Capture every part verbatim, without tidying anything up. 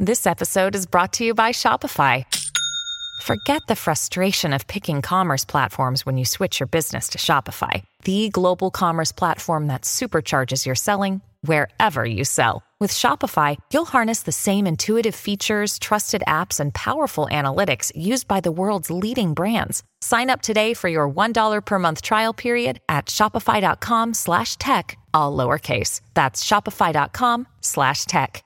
This episode is brought to you by Shopify. Forget the frustration of picking commerce platforms when you switch your business to Shopify, the global commerce platform that supercharges your selling wherever you sell. With Shopify, you'll harness the same intuitive features, trusted apps, and powerful analytics used by the world's leading brands. Sign up today for your one dollar per month trial period at shopify.com slash tech, all lowercase. That's shopify.com slash tech.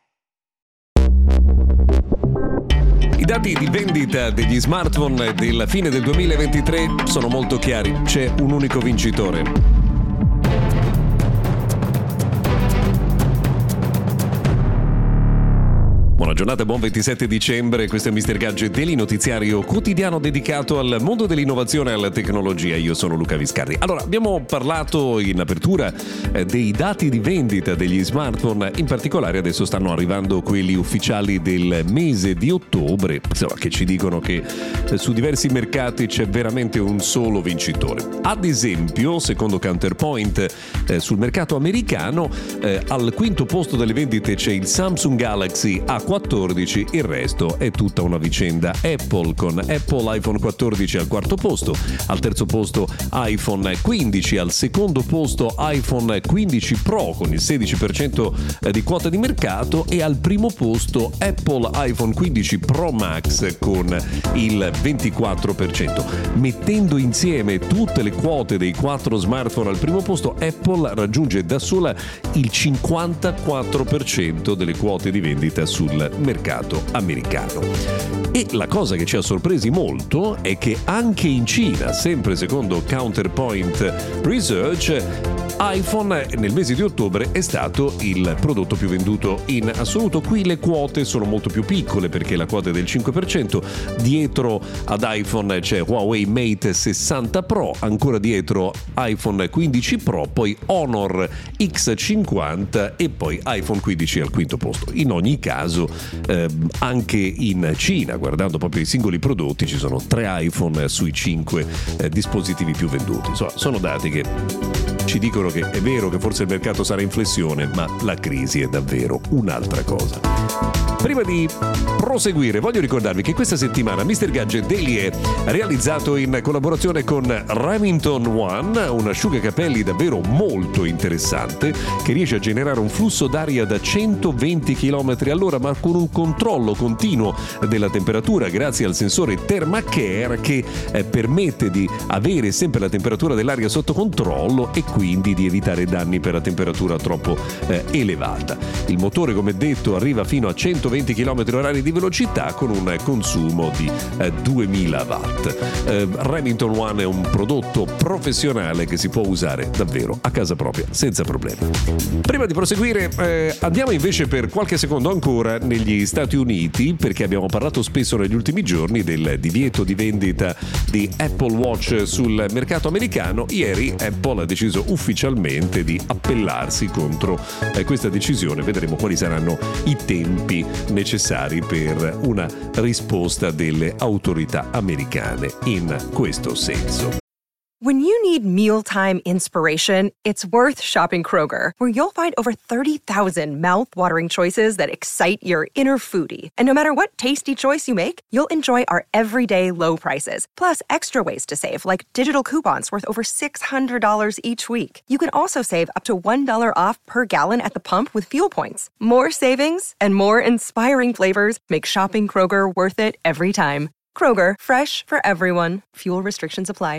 I dati di vendita degli smartphone della fine del duemilaventitré sono molto chiari. C'è un unico vincitore. Buona giornata, buon ventisette dicembre, questo è mister Gadget Daily, notiziario quotidiano dedicato al mondo dell'innovazione e alla tecnologia. Io sono Luca Viscardi. Allora, abbiamo parlato in apertura eh, dei dati di vendita degli smartphone, in particolare adesso stanno arrivando quelli ufficiali del mese di ottobre, insomma, che ci dicono che eh, su diversi mercati c'è veramente un solo vincitore. Ad esempio, secondo Counterpoint, eh, sul mercato americano eh, al quinto posto delle vendite c'è il Samsung Galaxy A quattordici, il resto è tutta una vicenda. Apple con Apple iPhone quattordici al quarto posto, al terzo posto iPhone quindici, al secondo posto iPhone quindici Pro con il sedici per cento di quota di mercato e al primo posto Apple iPhone quindici Pro Max con il ventiquattro per cento. Mettendo insieme tutte le quote dei quattro smartphone al primo posto, Apple raggiunge da sola il cinquantaquattro per cento delle quote di vendita sul mercato americano. E la cosa che ci ha sorpresi molto è che anche in Cina, sempre secondo Counterpoint Research, iPhone nel mese di ottobre è stato il prodotto più venduto in assoluto. Qui le quote sono molto più piccole perché la quota è del cinque per cento. Dietro ad iPhone c'è Huawei Mate sessanta Pro, ancora dietro iPhone quindici Pro, poi Honor X cinquanta e poi iPhone quindici al quinto posto. In ogni caso, eh, anche in Cina, guardando proprio i singoli prodotti, ci sono tre iPhone sui cinque eh, dispositivi più venduti. Insomma, sono dati che ci dicono che è vero che forse il mercato sarà in flessione, ma la crisi è davvero un'altra cosa. Prima di proseguire, voglio ricordarvi che questa settimana mister Gadget Daily è realizzato in collaborazione con Remington One, un asciugacapelli davvero molto interessante che riesce a generare un flusso d'aria da centoventi chilometri all'ora, ma con un controllo continuo della temperatura grazie al sensore ThermaCare che eh, permette di avere sempre la temperatura dell'aria sotto controllo e quindi di evitare danni per la temperatura troppo eh, elevata. Il motore, come detto, arriva fino a centoventi chilometri orari di velocità con un consumo di eh, duemila watt. Eh, Remington One è un prodotto professionale che si può usare davvero a casa propria senza problemi. Prima di proseguire eh, andiamo invece per qualche secondo ancora negli Stati Uniti, perché abbiamo parlato spesso negli ultimi giorni del divieto di vendita di Apple Watch sul mercato americano. Ieri Apple ha deciso ufficialmente di appellarsi contro eh, questa decisione. Vedremo quali saranno i tempi necessari per una risposta delle autorità americane in questo senso. When you need mealtime inspiration, it's worth shopping Kroger, where you'll find over thirty thousand mouth-watering choices that excite your inner foodie. And no matter what tasty choice you make, you'll enjoy our everyday low prices, plus extra ways to save, like digital coupons worth over six hundred dollars each week. You can also save up to one dollar off per gallon at the pump with fuel points. More savings and more inspiring flavors make shopping Kroger worth it every time. Kroger, fresh for everyone. Fuel restrictions apply.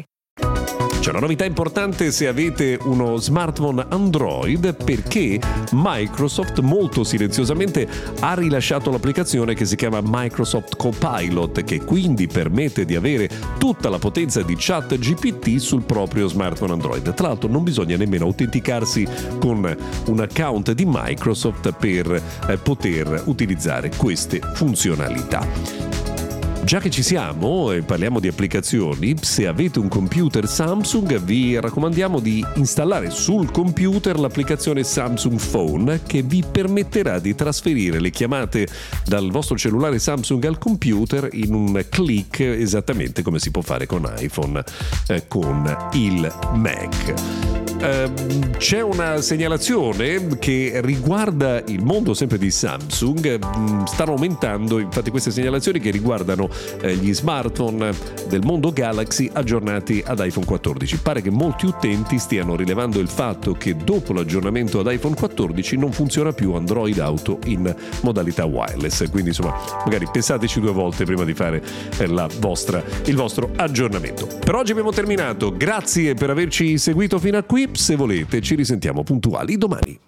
C'è una novità importante se avete uno smartphone Android, perché Microsoft molto silenziosamente ha rilasciato l'applicazione che si chiama Microsoft Copilot, che quindi permette di avere tutta la potenza di ChatGPT sul proprio smartphone Android. Tra l'altro non bisogna nemmeno autenticarsi con un account di Microsoft per eh, poter utilizzare queste funzionalità. Già che ci siamo e parliamo di applicazioni, se avete un computer Samsung vi raccomandiamo di installare sul computer l'applicazione Samsung Phone, che vi permetterà di trasferire le chiamate dal vostro cellulare Samsung al computer in un click, esattamente come si può fare con iPhone eh, con il Mac. eh, c'è una segnalazione che riguarda il mondo sempre di Samsung. Stanno aumentando infatti queste segnalazioni che riguardano eh, gli smartphone del mondo Galaxy aggiornati ad iPhone quattordici. Pare che molti utenti stiano rilevando il fatto che dopo l'aggiornamento ad iPhone quattordici non funziona più Android Auto in modalità wireless, quindi insomma magari pensateci due volte prima di fare eh, la vostra, il vostro aggiornamento. Per oggi abbiamo terminato, grazie per averci seguito fino a qui, se volete ci risentiamo puntuali domani.